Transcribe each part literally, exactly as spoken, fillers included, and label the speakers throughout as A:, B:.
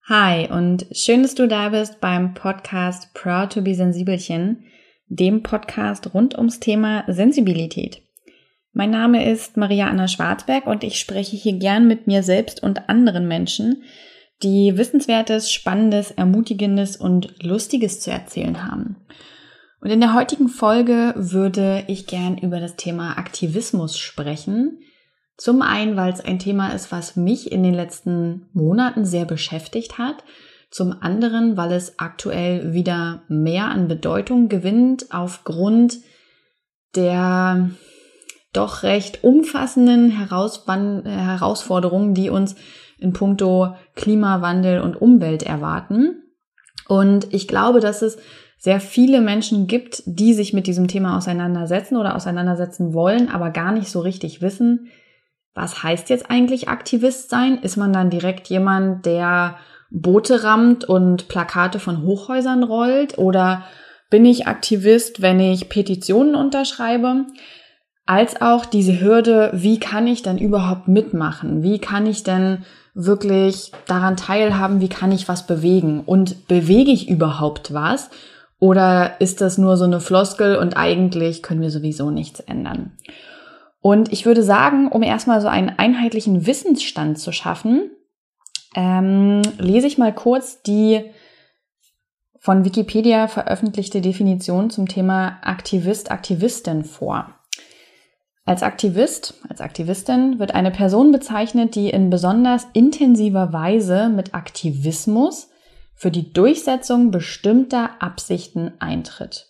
A: Hi und schön, dass du da bist beim Podcast Proud to be Sensibelchen, dem Podcast rund ums Thema Sensibilität. Mein Name ist Maria Anna Schwarzberg und ich spreche hier gern mit mir selbst und anderen Menschen, die Wissenswertes, Spannendes, Ermutigendes und Lustiges zu erzählen haben. Und in der heutigen Folge würde ich gern über das Thema Aktivismus sprechen. Zum einen, weil es ein Thema ist, was mich in den letzten Monaten sehr beschäftigt hat. Zum anderen, weil es aktuell wieder mehr an Bedeutung gewinnt aufgrund der doch recht umfassenden Herausban- Herausforderungen, die uns in puncto Klimawandel und Umwelt erwarten. Und ich glaube, dass es sehr viele Menschen gibt, die sich mit diesem Thema auseinandersetzen oder auseinandersetzen wollen, aber gar nicht so richtig wissen, was heißt jetzt eigentlich Aktivist sein? Ist man dann direkt jemand, der Boote rammt und Plakate von Hochhäusern rollt? Oder bin ich Aktivist, wenn ich Petitionen unterschreibe? Als auch diese Hürde, wie kann ich denn überhaupt mitmachen? Wie kann ich denn wirklich daran teilhaben? Wie kann ich was bewegen? Und bewege ich überhaupt was? Oder ist das nur so eine Floskel und eigentlich können wir sowieso nichts ändern? Und ich würde sagen, um erstmal so einen einheitlichen Wissensstand zu schaffen, ähm, lese ich mal kurz die von Wikipedia veröffentlichte Definition zum Thema Aktivist, Aktivistin vor. Als Aktivist, als Aktivistin wird eine Person bezeichnet, die in besonders intensiver Weise mit Aktivismus für die Durchsetzung bestimmter Absichten eintritt.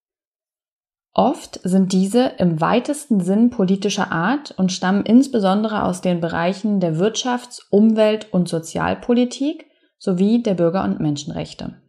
A: Oft sind diese im weitesten Sinn politischer Art und stammen insbesondere aus den Bereichen der Wirtschafts-, Umwelt- und Sozialpolitik sowie der Bürger- und Menschenrechte.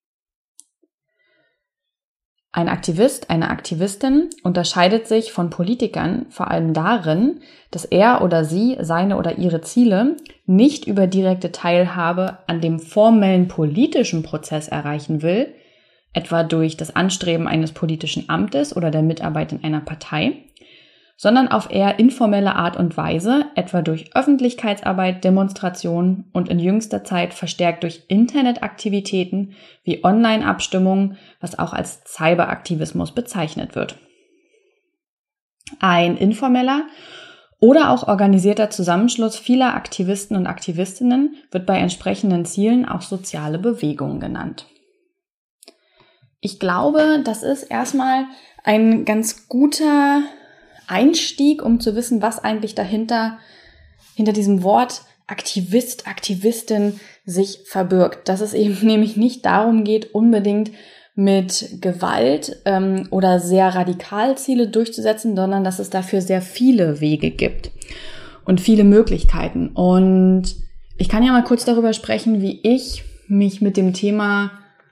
A: Ein Aktivist, eine Aktivistin unterscheidet sich von Politikern vor allem darin, dass er oder sie seine oder ihre Ziele nicht über direkte Teilhabe an dem formellen politischen Prozess erreichen will, etwa durch das Anstreben eines politischen Amtes oder der Mitarbeit in einer Partei, sondern auf eher informelle Art und Weise, etwa durch Öffentlichkeitsarbeit, Demonstrationen und in jüngster Zeit verstärkt durch Internetaktivitäten wie Online-Abstimmungen, was auch als Cyberaktivismus bezeichnet wird. Ein informeller oder auch organisierter Zusammenschluss vieler Aktivisten und Aktivistinnen wird bei entsprechenden Zielen auch soziale Bewegung genannt. Ich glaube, das ist erstmal ein ganz guter Einstieg, um zu wissen, was eigentlich dahinter, hinter diesem Wort Aktivist, Aktivistin sich verbirgt. Dass es eben nämlich nicht darum geht, unbedingt mit Gewalt ähm, oder sehr radikal Ziele durchzusetzen, sondern dass es dafür sehr viele Wege gibt und viele Möglichkeiten. Und ich kann ja mal kurz darüber sprechen, wie ich mich mit dem Thema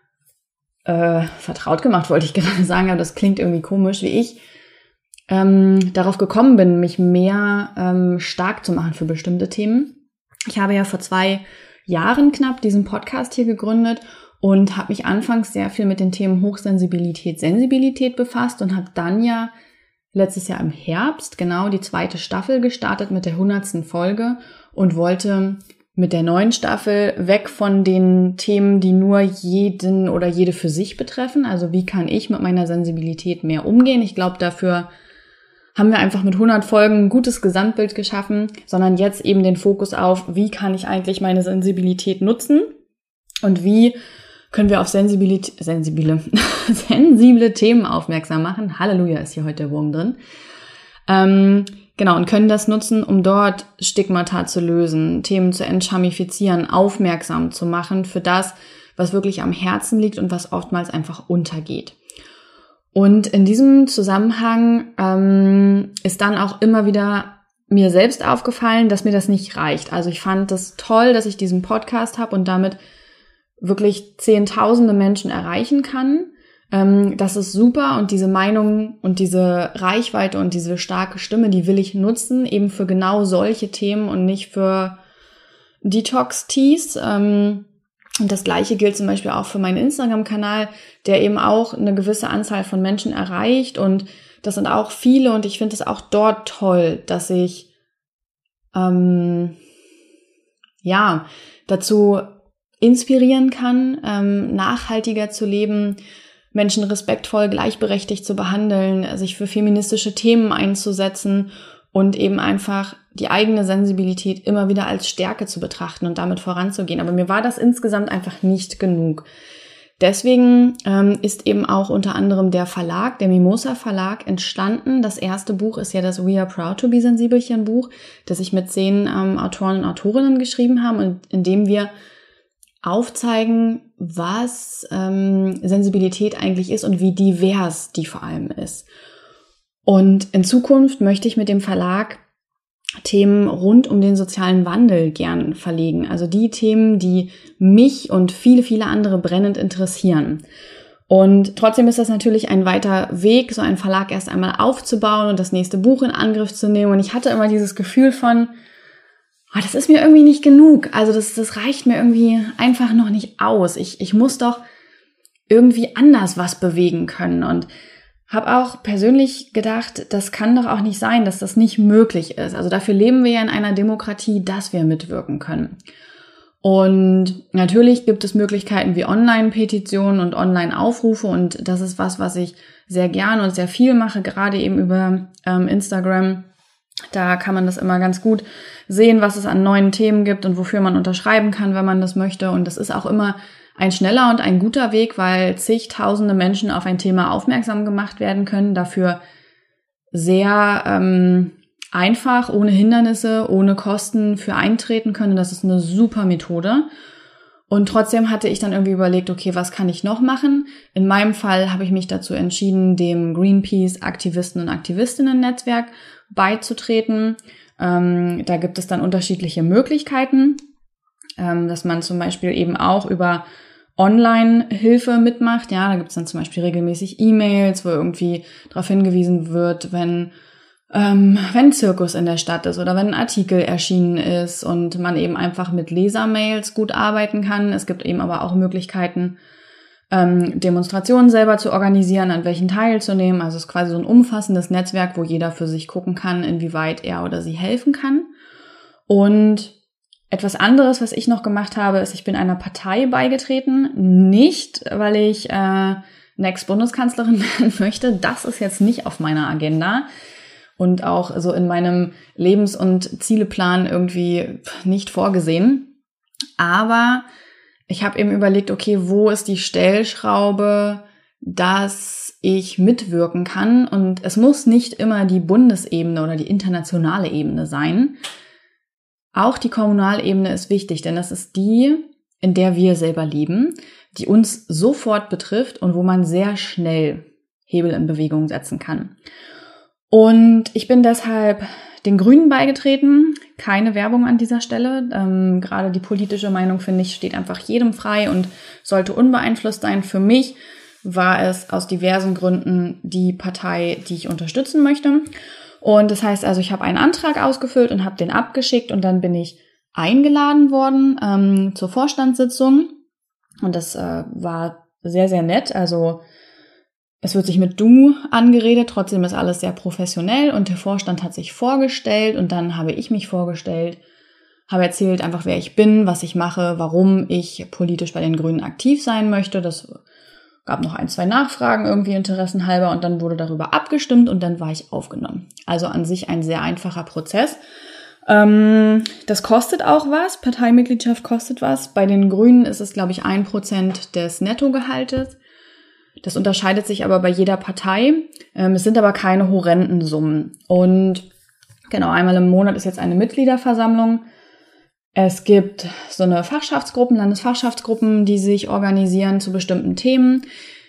A: Äh, vertraut gemacht, wollte ich gerade sagen, aber das klingt irgendwie komisch, wie ich ähm, darauf gekommen bin, mich mehr ähm, stark zu machen für bestimmte Themen. Ich habe ja vor zwei Jahren knapp diesen Podcast hier gegründet und habe mich anfangs sehr viel mit den Themen Hochsensibilität, Sensibilität befasst und habe dann ja letztes Jahr im Herbst genau die zweite Staffel gestartet mit der hundertsten Folge und wollte mit der neuen Staffel weg von den Themen, die nur jeden oder jede für sich betreffen. Also wie kann ich mit meiner Sensibilität mehr umgehen? Ich glaube, dafür haben wir einfach mit hundert Folgen ein gutes Gesamtbild geschaffen, sondern jetzt eben den Fokus auf, wie kann ich eigentlich meine Sensibilität nutzen und wie können wir auf Sensibilität, sensibile, sensible Themen aufmerksam machen. Halleluja, ist hier heute der Wurm drin. Ähm, Genau, und können das nutzen, um dort Stigmata zu lösen, Themen zu entschamifizieren, aufmerksam zu machen für das, was wirklich am Herzen liegt und was oftmals einfach untergeht. Und in diesem Zusammenhang ähm, ist dann auch immer wieder mir selbst aufgefallen, dass mir das nicht reicht. Also ich fand das toll, dass ich diesen Podcast habe und damit wirklich zehntausende Menschen erreichen kann. Ähm, das ist super und diese Meinung und diese Reichweite und diese starke Stimme, die will ich nutzen, eben für genau solche Themen und nicht für Detox-Teas. Ähm, und das Gleiche gilt zum Beispiel auch für meinen Instagram-Kanal, der eben auch eine gewisse Anzahl von Menschen erreicht und das sind auch viele und ich finde es auch dort toll, dass ich ähm, ja dazu inspirieren kann, ähm, nachhaltiger zu leben, Menschen respektvoll, gleichberechtigt zu behandeln, sich für feministische Themen einzusetzen und eben einfach die eigene Sensibilität immer wieder als Stärke zu betrachten und damit voranzugehen. Aber mir war das insgesamt einfach nicht genug. Deswegen ähm, ist eben auch unter anderem der Verlag, der Mimosa Verlag, entstanden. Das erste Buch ist ja das We Are Proud to Be Sensibelchen Buch, das ich mit zehn ähm, Autoren und Autorinnen geschrieben habe und in dem wir aufzeigen, was ähm, Sensibilität eigentlich ist und wie divers die vor allem ist. Und in Zukunft möchte ich mit dem Verlag Themen rund um den sozialen Wandel gern verlegen. Also die Themen, die mich und viele, viele andere brennend interessieren. Und trotzdem ist das natürlich ein weiter Weg, so einen Verlag erst einmal aufzubauen und das nächste Buch in Angriff zu nehmen. Und ich hatte immer dieses Gefühl von, oh, das ist mir irgendwie nicht genug. Also das, das reicht mir irgendwie einfach noch nicht aus. Ich, ich muss doch irgendwie anders was bewegen können. Und habe auch persönlich gedacht, das kann doch auch nicht sein, dass das nicht möglich ist. Also dafür leben wir ja in einer Demokratie, dass wir mitwirken können. Und natürlich gibt es Möglichkeiten wie Online-Petitionen und Online-Aufrufe und das ist was, was ich sehr gern und sehr viel mache, gerade eben über ähm, Instagram. Da kann man das immer ganz gut sehen, was es an neuen Themen gibt und wofür man unterschreiben kann, wenn man das möchte. Und das ist auch immer ein schneller und ein guter Weg, weil zigtausende Menschen auf ein Thema aufmerksam gemacht werden können, dafür sehr ähm, einfach, ohne Hindernisse, ohne Kosten für eintreten können. Das ist eine super Methode. Und trotzdem hatte ich dann irgendwie überlegt, okay, was kann ich noch machen? In meinem Fall habe ich mich dazu entschieden, dem Greenpeace-Aktivisten- und Aktivistinnen-Netzwerk beizutreten. Ähm, da gibt es dann unterschiedliche Möglichkeiten, ähm, dass man zum Beispiel eben auch über Online-Hilfe mitmacht. Ja, da gibt es dann zum Beispiel regelmäßig E-Mails, wo irgendwie darauf hingewiesen wird, wenn ähm, wenn Zirkus in der Stadt ist oder wenn ein Artikel erschienen ist und man eben einfach mit Lesermails gut arbeiten kann. Es gibt eben aber auch Möglichkeiten, ähm, Demonstrationen selber zu organisieren, an welchen teilzunehmen. Also es ist quasi so ein umfassendes Netzwerk, wo jeder für sich gucken kann, inwieweit er oder sie helfen kann. Und etwas anderes, was ich noch gemacht habe, ist, ich bin einer Partei beigetreten. Nicht, weil ich äh, Next Bundeskanzlerin werden möchte. Das ist jetzt nicht auf meiner Agenda. Und auch so in meinem Lebens- und Zieleplan irgendwie nicht vorgesehen. Aber ich habe eben überlegt, okay, wo ist die Stellschraube, dass ich mitwirken kann? Und es muss nicht immer die Bundesebene oder die internationale Ebene sein. Auch die Kommunalebene ist wichtig, denn das ist die, in der wir selber leben, die uns sofort betrifft und wo man sehr schnell Hebel in Bewegung setzen kann. Und ich bin deshalb den Grünen beigetreten. Keine Werbung an dieser Stelle. Ähm, gerade die politische Meinung, finde ich, steht einfach jedem frei und sollte unbeeinflusst sein. Für mich war es aus diversen Gründen die Partei, die ich unterstützen möchte. Und das heißt also, ich habe einen Antrag ausgefüllt und habe den abgeschickt und dann bin ich eingeladen worden ähm, zur Vorstandssitzung. Und das äh, war sehr, sehr nett. Also es wird sich mit Du angeredet, trotzdem ist alles sehr professionell und der Vorstand hat sich vorgestellt und dann habe ich mich vorgestellt, habe erzählt einfach, wer ich bin, was ich mache, warum ich politisch bei den Grünen aktiv sein möchte. Das gab noch ein, zwei Nachfragen irgendwie interessenhalber und dann wurde darüber abgestimmt und dann war ich aufgenommen. Also an sich ein sehr einfacher Prozess. Ähm, das kostet auch was, Parteimitgliedschaft kostet was. Bei den Grünen ist es, glaube ich, ein Prozent des Nettogehaltes. Das unterscheidet sich aber bei jeder Partei. Ähm, es sind aber keine horrenden Summen. Und genau, einmal im Monat ist jetzt eine Mitgliederversammlung. Es gibt so eine Fachschaftsgruppen, Landesfachschaftsgruppen, die sich organisieren zu bestimmten Themen.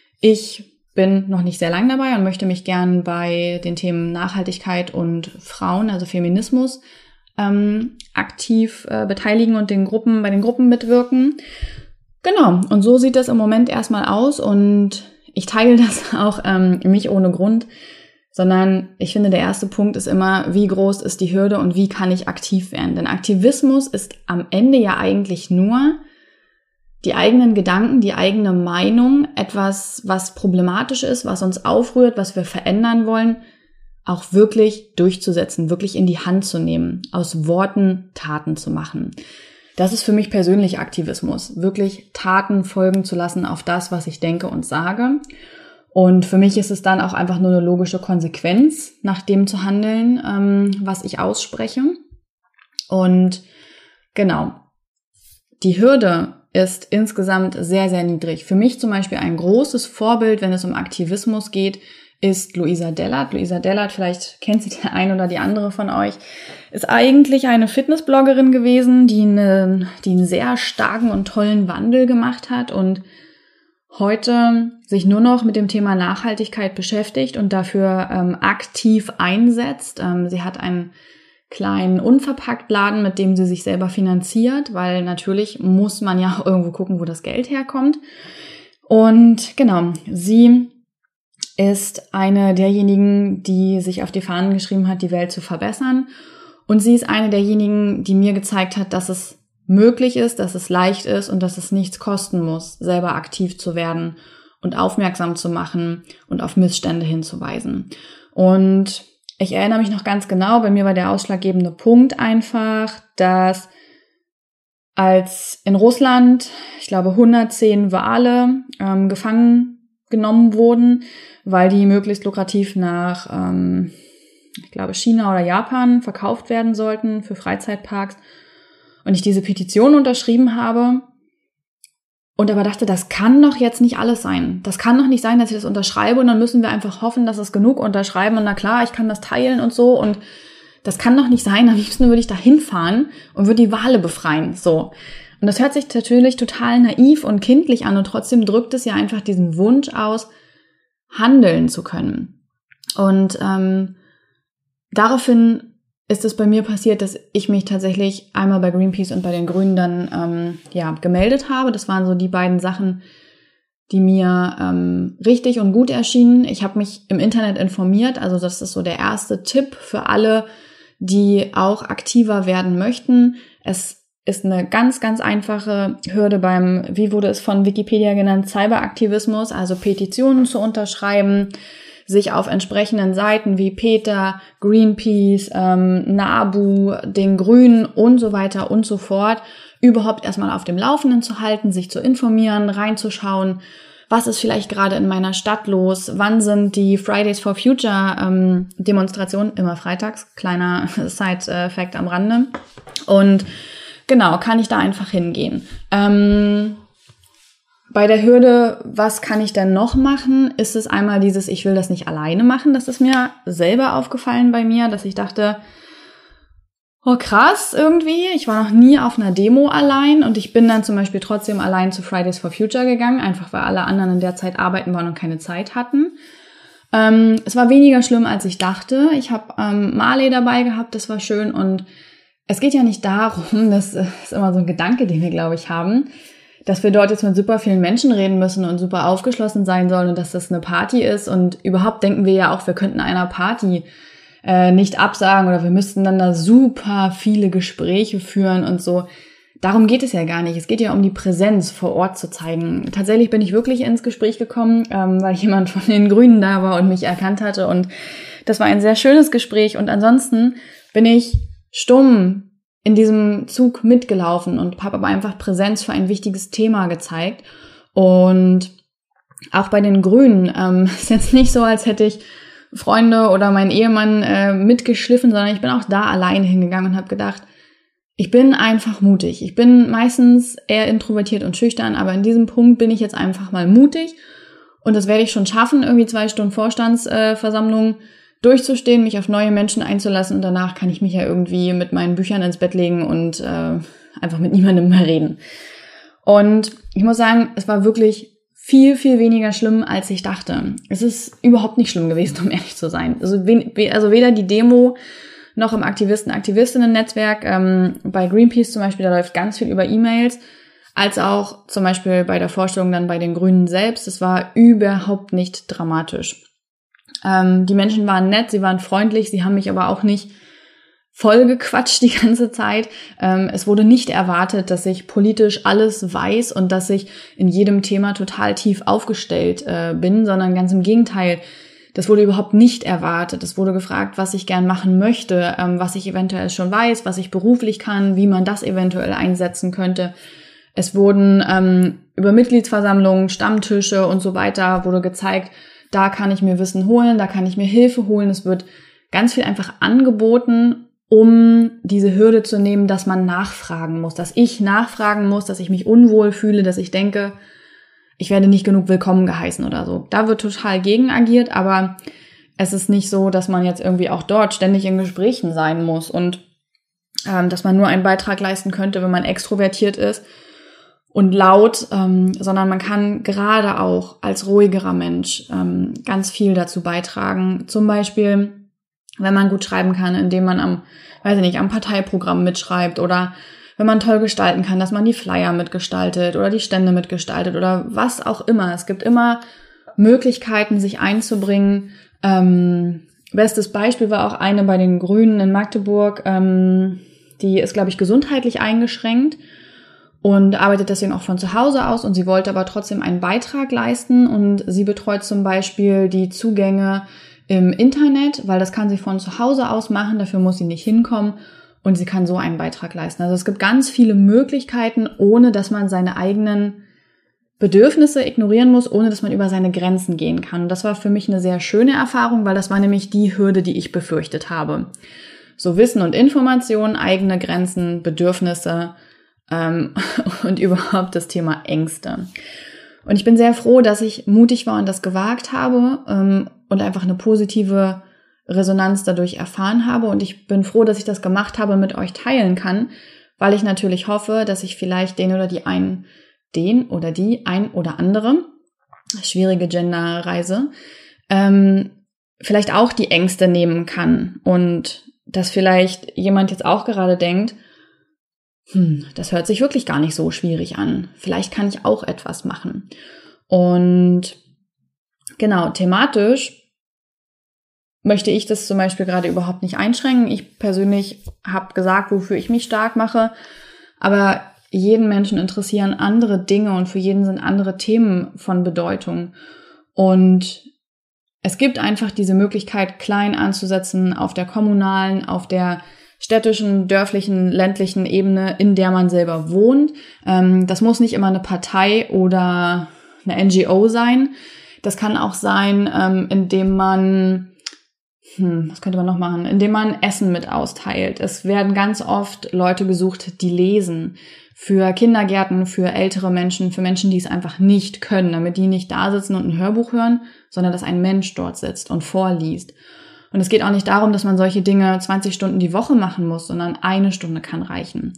A: Ich bin noch nicht sehr lang dabei und möchte mich gern bei den Themen Nachhaltigkeit und Frauen, also Feminismus, ähm, aktiv äh, beteiligen und den Gruppen, bei den Gruppen mitwirken. Genau, und so sieht das im Moment erstmal aus und ich teile das auch ähm, nicht ohne Grund, sondern ich finde, der erste Punkt ist immer, wie groß ist die Hürde und wie kann ich aktiv werden? Denn Aktivismus ist am Ende ja eigentlich nur die eigenen Gedanken, die eigene Meinung, etwas, was problematisch ist, was uns aufrührt, was wir verändern wollen, auch wirklich durchzusetzen, wirklich in die Hand zu nehmen, aus Worten Taten zu machen. Das ist für mich persönlich Aktivismus, wirklich Taten folgen zu lassen auf das, was ich denke und sage. Und für mich ist es dann auch einfach nur eine logische Konsequenz, nach dem zu handeln, ähm, was ich ausspreche. Und genau, die Hürde ist insgesamt sehr, sehr niedrig. Für mich zum Beispiel ein großes Vorbild, wenn es um Aktivismus geht, ist Luisa Dellert. Luisa Dellert, vielleicht kennt sie der ein oder die andere von euch, ist eigentlich eine Fitnessbloggerin gewesen, die, eine, die einen sehr starken und tollen Wandel gemacht hat und heute sich nur noch mit dem Thema Nachhaltigkeit beschäftigt und dafür ähm, aktiv einsetzt. Ähm, sie hat einen kleinen Unverpacktladen, mit dem sie sich selber finanziert, weil natürlich muss man ja irgendwo gucken, wo das Geld herkommt. Und genau, sie ist eine derjenigen, die sich auf die Fahnen geschrieben hat, die Welt zu verbessern. Und sie ist eine derjenigen, die mir gezeigt hat, dass es möglich ist, dass es leicht ist und dass es nichts kosten muss, selber aktiv zu werden und aufmerksam zu machen und auf Missstände hinzuweisen. Und ich erinnere mich noch ganz genau, bei mir war der ausschlaggebende Punkt einfach, dass als in Russland, ich glaube, hundertzehn Wale ähm, gefangen genommen wurden, weil die möglichst lukrativ nach, ähm, ich glaube, China oder Japan verkauft werden sollten für Freizeitparks. Und ich diese Petition unterschrieben habe und aber dachte, das kann doch jetzt nicht alles sein. Das kann doch nicht sein, dass ich das unterschreibe und dann müssen wir einfach hoffen, dass es genug unterschreiben und na klar, ich kann das teilen und so und das kann doch nicht sein. Am liebsten würde ich da hinfahren und würde die Wale befreien. So. Und das hört sich natürlich total naiv und kindlich an und trotzdem drückt es ja einfach diesen Wunsch aus, handeln zu können. Und ähm, daraufhin ist es bei mir passiert, dass ich mich tatsächlich einmal bei Greenpeace und bei den Grünen dann ähm, ja gemeldet habe. Das waren so die beiden Sachen, die mir ähm, richtig und gut erschienen. Ich habe mich im Internet informiert, also das ist so der erste Tipp für alle, die auch aktiver werden möchten. Es ist eine ganz, ganz einfache Hürde beim, wie wurde es von Wikipedia genannt, Cyberaktivismus, also Petitionen zu unterschreiben, sich auf entsprechenden Seiten wie PETA, Greenpeace, ähm, NABU, den Grünen und so weiter und so fort überhaupt erstmal auf dem Laufenden zu halten, sich zu informieren, reinzuschauen, was ist vielleicht gerade in meiner Stadt los, wann sind die Fridays for Future ähm, Demonstrationen, immer freitags, kleiner Side-Fact am Rande. Und genau, kann ich da einfach hingehen. Ähm, Bei der Hürde, was kann ich denn noch machen, ist es einmal dieses, ich will das nicht alleine machen. Das ist mir selber aufgefallen bei mir, dass ich dachte, oh krass irgendwie, ich war noch nie auf einer Demo allein und ich bin dann zum Beispiel trotzdem allein zu Fridays for Future gegangen, einfach weil alle anderen in der Zeit arbeiten waren und keine Zeit hatten. Ähm, es war weniger schlimm, als ich dachte. Ich habe ähm, Marley dabei gehabt, das war schön und es geht ja nicht darum, das ist immer so ein Gedanke, den wir, glaube ich, haben, dass wir dort jetzt mit super vielen Menschen reden müssen und super aufgeschlossen sein sollen und dass das eine Party ist. Und überhaupt denken wir ja auch, wir könnten einer Party äh, nicht absagen oder wir müssten dann da super viele Gespräche führen und so. Darum geht es ja gar nicht. Es geht ja um die Präsenz vor Ort zu zeigen. Tatsächlich bin ich wirklich ins Gespräch gekommen, ähm, weil jemand von den Grünen da war und mich erkannt hatte. Und das war ein sehr schönes Gespräch. Und ansonsten bin ich stumm in diesem Zug mitgelaufen und habe aber einfach Präsenz für ein wichtiges Thema gezeigt. Und auch bei den Grünen ähm, ist jetzt nicht so, als hätte ich Freunde oder meinen Ehemann äh, mitgeschliffen, sondern ich bin auch da alleine hingegangen und habe gedacht, ich bin einfach mutig. Ich bin meistens eher introvertiert und schüchtern, aber in diesem Punkt bin ich jetzt einfach mal mutig und das werde ich schon schaffen, irgendwie zwei Stunden Vorstandsversammlung äh, durchzustehen, mich auf neue Menschen einzulassen und danach kann ich mich ja irgendwie mit meinen Büchern ins Bett legen und äh, einfach mit niemandem mehr reden. Und ich muss sagen, es war wirklich viel, viel weniger schlimm, als ich dachte. Es ist überhaupt nicht schlimm gewesen, um ehrlich zu sein. Also, also weder die Demo noch im Aktivisten-Aktivistinnen-Netzwerk, ähm, bei Greenpeace zum Beispiel, da läuft ganz viel über E-Mails, als auch zum Beispiel bei der Vorstellung dann bei den Grünen selbst. Es war überhaupt nicht dramatisch. Ähm, die Menschen waren nett, sie waren freundlich, sie haben mich aber auch nicht voll gequatscht die ganze Zeit. Ähm, es wurde nicht erwartet, dass ich politisch alles weiß und dass ich in jedem Thema total tief aufgestellt äh, bin, sondern ganz im Gegenteil. das wurde überhaupt nicht erwartet. Es wurde gefragt, was ich gern machen möchte, ähm, was ich eventuell schon weiß, was ich beruflich kann, wie man das eventuell einsetzen könnte. Es wurden ähm, über Mitgliedsversammlungen, Stammtische und so weiter wurde gezeigt, da kann ich mir Wissen holen, da kann ich mir Hilfe holen. Es wird ganz viel einfach angeboten, um diese Hürde zu nehmen, dass man nachfragen muss, dass ich nachfragen muss, dass ich mich unwohl fühle, dass ich denke, ich werde nicht genug willkommen geheißen oder so. Da wird total gegen agiert, aber es ist nicht so, dass man jetzt irgendwie auch dort ständig in Gesprächen sein muss und ähm, dass man nur einen Beitrag leisten könnte, wenn man extrovertiert ist und laut, ähm, sondern man kann gerade auch als ruhigerer Mensch ähm, ganz viel dazu beitragen. Zum Beispiel, wenn man gut schreiben kann, indem man am, weiß ich nicht, am Parteiprogramm mitschreibt oder wenn man toll gestalten kann, dass man die Flyer mitgestaltet oder die Stände mitgestaltet oder was auch immer. Es gibt immer Möglichkeiten, sich einzubringen. Ähm, bestes Beispiel war auch eine bei den Grünen in Magdeburg. Ähm, die ist, glaube ich, gesundheitlich eingeschränkt und arbeitet deswegen auch von zu Hause aus und sie wollte aber trotzdem einen Beitrag leisten und sie betreut zum Beispiel die Zugänge im Internet, weil das kann sie von zu Hause aus machen, dafür muss sie nicht hinkommen und sie kann so einen Beitrag leisten. Also es gibt ganz viele Möglichkeiten, ohne dass man seine eigenen Bedürfnisse ignorieren muss, ohne dass man über seine Grenzen gehen kann. Und das war für mich eine sehr schöne Erfahrung, weil das war nämlich die Hürde, die ich befürchtet habe. So Wissen und Information, eigene Grenzen, Bedürfnisse ähm, und überhaupt das Thema Ängste. Und ich bin sehr froh, dass ich mutig war und das gewagt habe ähm, und einfach eine positive Resonanz dadurch erfahren habe. Und ich bin froh, dass ich das gemacht habe, mit euch teilen kann, weil ich natürlich hoffe, dass ich vielleicht den oder die einen, den oder die ein oder andere, schwierige Genderreise, ähm, vielleicht auch die Ängste nehmen kann. Und dass vielleicht jemand jetzt auch gerade denkt, hm, das hört sich wirklich gar nicht so schwierig an. Vielleicht kann ich auch etwas machen. Und genau, thematisch möchte ich das zum Beispiel gerade überhaupt nicht einschränken. Ich persönlich habe gesagt, wofür ich mich stark mache, aber jeden Menschen interessieren andere Dinge und für jeden sind andere Themen von Bedeutung. Und es gibt einfach diese Möglichkeit, klein anzusetzen auf der kommunalen, auf der städtischen, dörflichen, ländlichen Ebene, in der man selber wohnt. Das muss nicht immer eine Partei oder eine N G O sein. Das kann auch sein, indem man Hm, was könnte man noch machen? Indem man Essen mit austeilt. Es werden ganz oft Leute gesucht, die lesen. Für Kindergärten, für ältere Menschen, für Menschen, die es einfach nicht können, damit die nicht da sitzen und ein Hörbuch hören, sondern dass ein Mensch dort sitzt und vorliest. Und es geht auch nicht darum, dass man solche Dinge zwanzig Stunden die Woche machen muss, sondern eine Stunde kann reichen.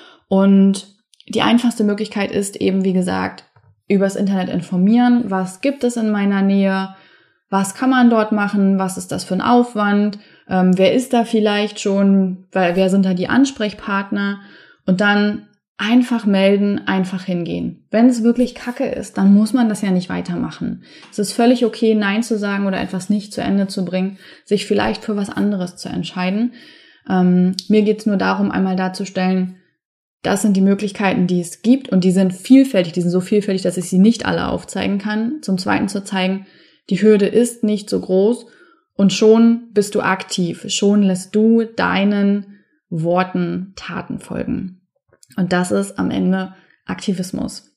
A: Und die einfachste Möglichkeit ist eben, wie gesagt, übers Internet informieren. Was gibt es in meiner Nähe? Was kann man dort machen? Was ist das für ein Aufwand? Ähm, wer ist da vielleicht schon? Weil, wer sind da die Ansprechpartner? Und dann einfach melden, einfach hingehen. Wenn es wirklich Kacke ist, dann muss man das ja nicht weitermachen. Es ist völlig okay, Nein zu sagen oder etwas nicht zu Ende zu bringen, sich vielleicht für was anderes zu entscheiden. Ähm, mir geht es nur darum, einmal darzustellen, das sind die Möglichkeiten, die es gibt und die sind vielfältig, die sind so vielfältig, dass ich sie nicht alle aufzeigen kann. Zum Zweiten zu zeigen, die Hürde ist nicht so groß und schon bist du aktiv, schon lässt du deinen Worten Taten folgen. Und das ist am Ende Aktivismus.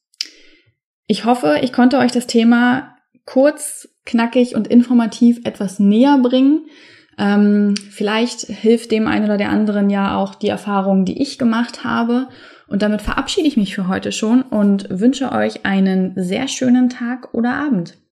A: Ich hoffe, ich konnte euch das Thema kurz, knackig und informativ etwas näher bringen. Ähm, vielleicht hilft dem einen oder der anderen ja auch die Erfahrung, die ich gemacht habe. Und damit verabschiede ich mich für heute schon und wünsche euch einen sehr schönen Tag oder Abend.